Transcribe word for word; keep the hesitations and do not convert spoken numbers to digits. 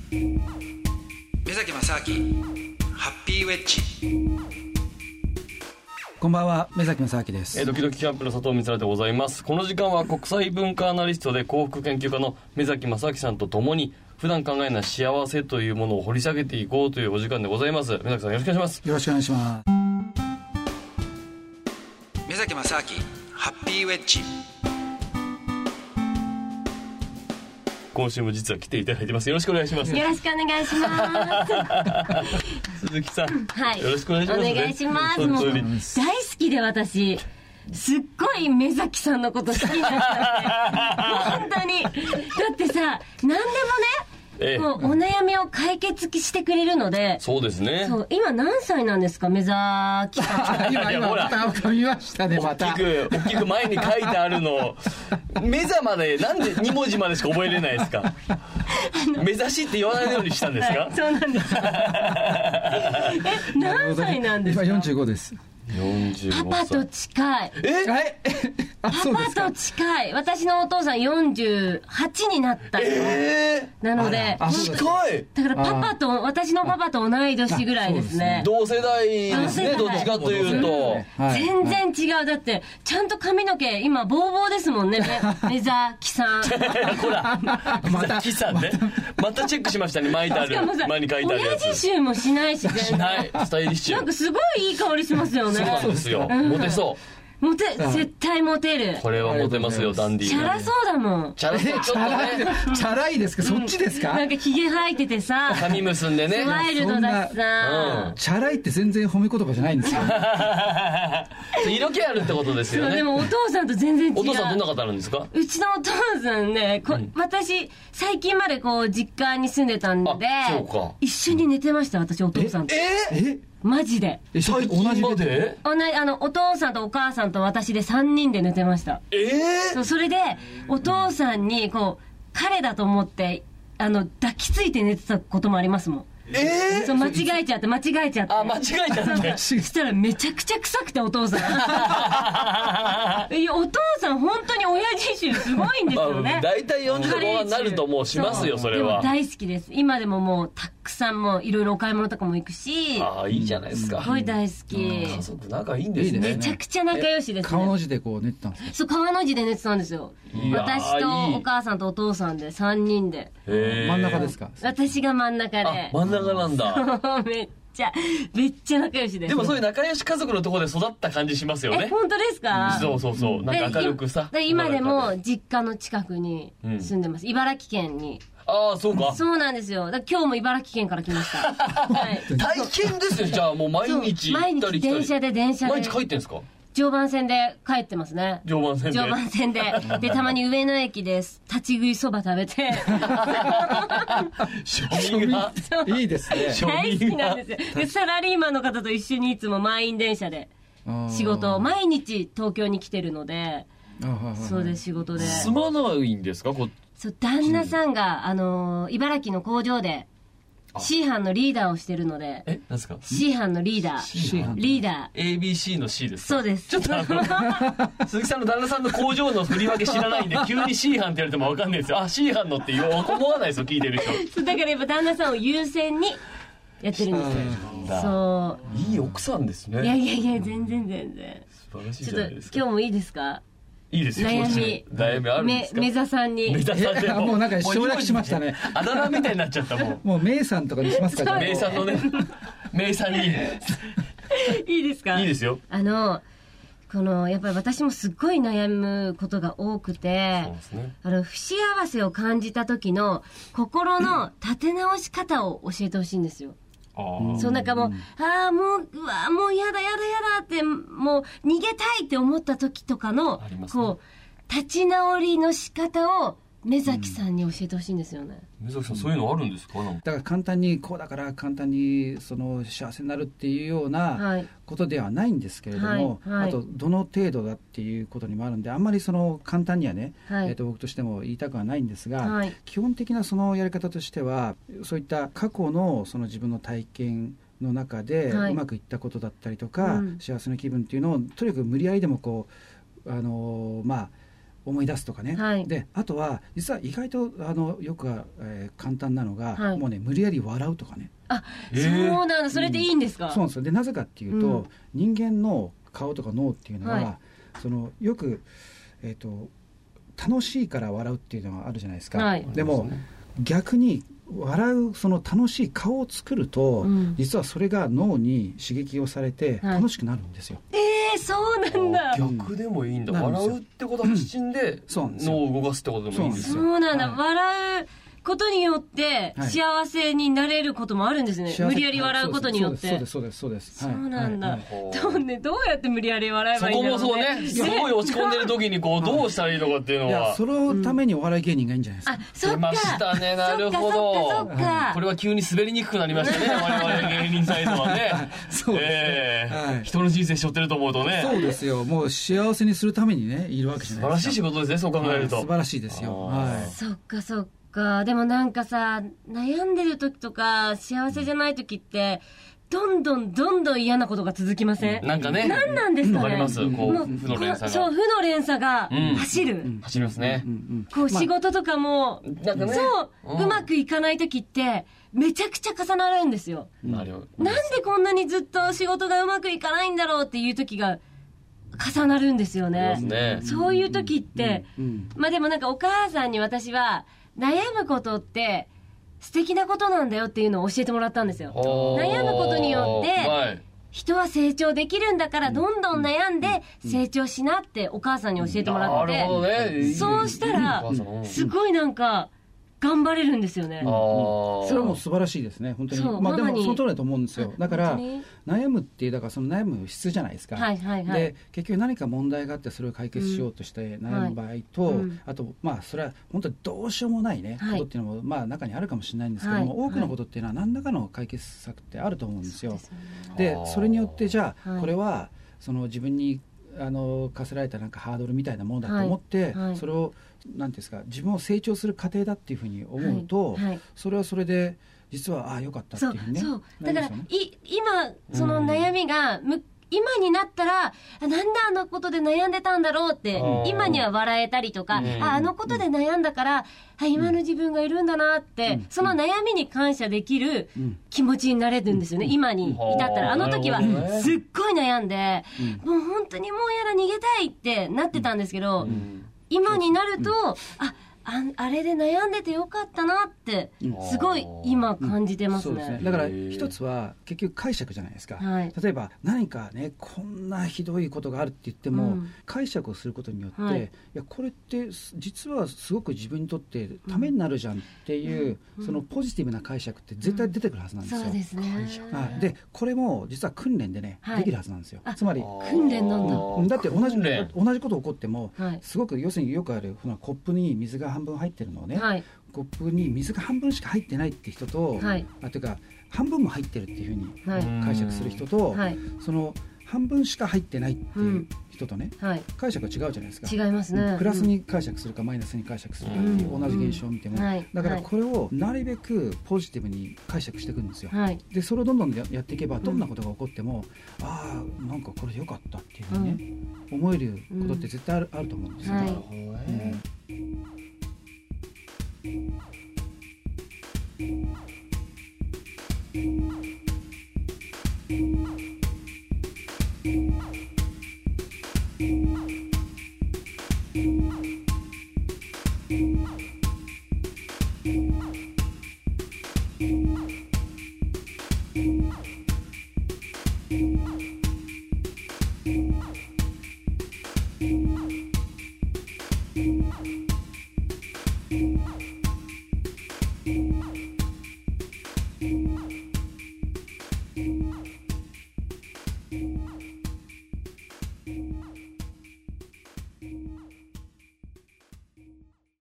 目崎正明ハッピーウェッジ。 こんばんは、目崎正明です。 えー、ドキドキキャンプの佐藤光でございます。この時間は国際文化アナリストで幸福研究家の目崎正明さんとともに普段考えない幸せというものを掘り下げていこうというお時間でございます。目崎さん、よろしくお願いします。 よろしくお願いします。 目崎正明ハッピーウェッジ。 今週も実は来ていただいてます。よろしくお願いします。 よろしくお願いします鈴木さん、 はい、 よろしくお願いします、ね、 お願いします。もう大好きで、私すっごい目崎さんのこと好きになっちゃって本当に。だってさ、何でもね、 ええ、 もうお悩みを解決してくれるので。 そうですね。そう、 今何歳なんですか、目崎さん。 今今また見ましたね。また大きく大きく前に書いてあるの目ざまでなんでに文字までしか覚えれないですか。目指しって言わないようにしたんですか。 はい、そうなんですえ、何歳なんですか。 今よんじゅうごです。 よんじゅうごパパと近い。 えパパと近い。私のお父さんよんじゅうはちになったよ、 えー、 なので近い。 だからパパと、私のパパと同い年ぐらいですね。 同世代ですね。どっちかというと、 はい、全然違う。だってちゃんと髪の毛今ボーボーですもんね。目崎さんほら、目崎さんね、またチェックしましたね。巻いてある、前に書いてあるやつ。 親父臭もしないし、 しない。スタイリッシュ。 なんかすごいいい香りしますよね。 そうなんですよ、モテそう。 モテ、絶対モテる。 これはモテますよ、ダンディー。 チャラそうだもん。 チャラそう、ちょっとね。 チャラいですか、そっちですか。 なんかヒゲ生えててさ、 髪結んでね、 ワイルドだしさ、 チャラいって全然褒め言葉じゃないんですよ。 色気あるってことですよね。 でもお父さんと全然違う。 お父さんどんな方なんですか。 うちのお父さんね、こ、うん、私最近までこう実家に住んでたんで、 そうか、 一緒に寝てました、私お父さんと。 えー、えマジで。 最近まで同じ、あのお父さんとお母さんと私でさんにんで寝てました。 えー、 そう、それでお父さんにこう彼だと思ってあの抱きついて寝てたこともありますもん。 えー、 そう、間違えちゃって間違えちゃってあ、間違えちゃってそしたらめちゃくちゃ臭くて、お父さんいや、お父さん本当に親父臭すごいんですよね。 だいたいよんじゅうごになるともうしますよ、それは。 でも大好きです。今でももうたくさんもいろいろお買い物とかも行くし。 ああ、いいじゃないですか。 すごい大好き。 家族仲いいんですね。 めちゃくちゃ仲良しですね。 川の字でこう寝てたんですか。 そう、川の字で寝てたんですよ。私とお母さんとお父さんでさんにんで。 真ん中ですか。 私が真ん中で。 あ、真ん中なんだ。 めっちゃめっちゃ仲良しです。 でもそういう仲良し家族のところで育った感じしますよね。 え、本当ですか。 そうそうそう、なんか明るくさ。 で今でも実家の近くに住んでます、うん、茨城県に。 ああ、そうか。 そうなんですよ。だ今日も茨城県から来ました、はい、 大変ですね。じゃあもう毎日行ったり来たり。 毎日電車で電車で毎日帰ってんすか。 常磐線で帰ってますね。 常磐線で。 常磐線で。で、たまに上野駅です。立ち食いそば食べて。 庶民が。 いいですね。 大好きなんですよ。で、サラリーマンの方と一緒にいつも満員電車で仕事を、毎日東京に来てるので、そうです、仕事で。 住まないんですか、こっち。 そう、旦那さんが、あのー、茨城の工場で、C 班のリーダーをしてるので。 え、何ですか ?C 班のリーダー。 C 班リーダー。エービーシー の C ですか。 そうです。 ちょっとあの、鈴木さんの旦那さんの工場の振り分け知らないんで、急に C 班って言われても分かんないですよ。あ、C 班のって思わないですよ、聞いてる人。 だからやっぱ旦那さんを優先にやってるんですよ。そう。 いい奥さんですね。 いやいやいや、全然全然。 素晴らしいじゃないですか。 ちょっと今日もいいですか。 いいですよ。 悩み。 悩みあるんですか。 めざさんに。 めざさんでもうなんか省略しましたね。 あだ名みたいになっちゃったもん。 もうめいさんとかにしますか。 めいさんのね。めいさんに。 いいですか。 いいですよ。 あの、この、やっぱり私もすっごい悩むことが多くて、そうですね。あの、不幸せを感じた時の心の立て直し方を教えてほしいんですよ。そう、なんかもう、ああ、もう、うわ、もうやだやだやだって、もう逃げたいって思った時とかの、ね、こう、立ち直りの仕方を、目崎さんに教えてほしいんですよね。 目崎さん、そういうのあるんですか。 だから簡単にこうだから簡単にその幸せになるっていうようなことではないんですけれども、はいはいはい、あとどの程度だっていうことにもあるんで、あんまりその簡単にはね、はい、えー、と僕としても言いたくはないんですが、はい、基本的なそのやり方としては、そういった過去のその自分の体験の中でうまくいったことだったりとか、はい、うん、幸せな気分っていうのをとにかく無理やりでもこう、あのー、まあ思い出すとかね、 はい、 であとは実は意外とあのよくは、えー、簡単なのが、はい、もうね無理やり笑うとかね。 あ、そうなんだ。それでいいんですか？ うん、そうなんですよ。でなぜかっていうと、うん、人間の顔とか脳っていうのは、はい、そのよく、えーと、楽しいから笑うっていうのがあるじゃないですか、はい、でも逆に笑うその楽しい顔を作ると、うん、実はそれが脳に刺激をされて楽しくなるんですよ、 はい、えー、そうなんだ。 逆でもいいんだ、うん、笑うってことは自身で脳を動かすってことでもいいんですよ。 そうなんだ、はい、笑うことによって幸せになれることもあるんですね、はい、無理やり笑うことによって。 そうですそうですそうです、 そうなんだ、はいはいはい、ね、どうやって無理やり笑えばいいんだろうね。 そこもそうね、すごい落ち込んでる時にこうどうしたらいいのかっていうのは、いやそのためにお笑い芸人がいいんじゃないですか、 うん、あ、そっか、 出ましたね、なるほど。 そっかそっか、 これは急に滑りにくくなりましたね我々芸人サイドはねそうですね、 えーはい、人の人生背負ってると思うとね。 そうですよ、もう幸せにするためにねいるわけじゃないですか。 素晴らしい仕事ですね、そう考えると、 はい、素晴らしいですよ、はい、 そっかそっか。でもなんかさ、悩んでる時とか幸せじゃない時ってどんどんどんどん嫌なことが続きません？ なんかね、 何なんですかね。 わかります、こう負の連鎖が。 そう、負の連鎖が走る、 うん、走りますね、うんうんうん、 こう仕事とかも、まあ、なんかね、そう、 うん、 うまくいかない時ってめちゃくちゃ重なるんですよ、うん、なんでこんなにずっと仕事がうまくいかないんだろうっていう時が重なるんですよ ね, ねそういう時って、うんうん、まあでもなんかお母さんに私は悩むことって素敵なことなんだよっていうのを教えてもらったんですよ。悩むことによって人は成長できるんだからどんどん悩んで成長しなってお母さんに教えてもらって、うんね、そうしたらすごいなんか頑張れるんですよね。 あ、それも素晴らしいですね本当に。まあでもその通りだと思うんですよ。だから悩むっていうだからその悩む質じゃないですか、 はいはいはい、 で結局何か問題があってそれを解決しようとして悩む場合と、うんはい、あとまあそれは本当にどうしようもないね、はい、ことっていうのもまあ中にあるかもしれないんですけども、はい、多くのことっていうのは何らかの解決策ってあると思うんですよ。で、ね、それによってじゃあ、はい、これはその自分にあの課せられたなんかハードルみたいなものだと思って、はいはい、それをなんていうんですか、自分を成長する過程だっていうふうに思うと、はいはい、それはそれで実はああよかったっていうふうにね。 そうそう、だから、ね、い今その悩みがむ今になったらなんであのことで悩んでたんだろうって今には笑えたりとか、ああのことで悩んだから、うん、あ今の自分がいるんだなって、うん、その悩みに感謝できる気持ちになれるんですよね、うん、今に至ったら。あの時はすっごい悩んで、うん、もう本当にもうやだ逃げたいってなってたんですけど、うん、今になると、うん、ああ, あれで悩んでてよかったなってすごい今感じてます ね,、うん、そうですね。 だから一つは結局解釈じゃないですか、はい、例えば何かねこんなひどいことがあるって言っても、うん、解釈をすることによって、はい、いやこれって実はすごく自分にとってためになるじゃんっていう、うん、そのポジティブな解釈って絶対出てくるはずなんですよ、うん、 そうですね。 はい、でこれも実は訓練でね、はい、できるはずなんですよ。つまり訓練なんだ、 うん、だって同じ同じこと起こっても、はい、すごく要するによくあるコップに水が半分入ってるのをね、はい、コップに水が半分しか入ってないって人と、はい、あというか半分も入ってるっていうふうに解釈する人と、はい、その半分しか入ってないっていう人とね、うん、はい、解釈が違うじゃないですか。 違いますね。 プラスに解釈するかマイナスに解釈するかっていう同じ現象を見ても、うんうん、だからこれをなるべくポジティブに解釈していくんですよ、はい、でそれをどんどん や, やっていけばどんなことが起こっても、うん、ああなんかこれでよかったっていうふうにね、うん、思えることって絶対ある、うん、あると思うんですよ、はい、うんうん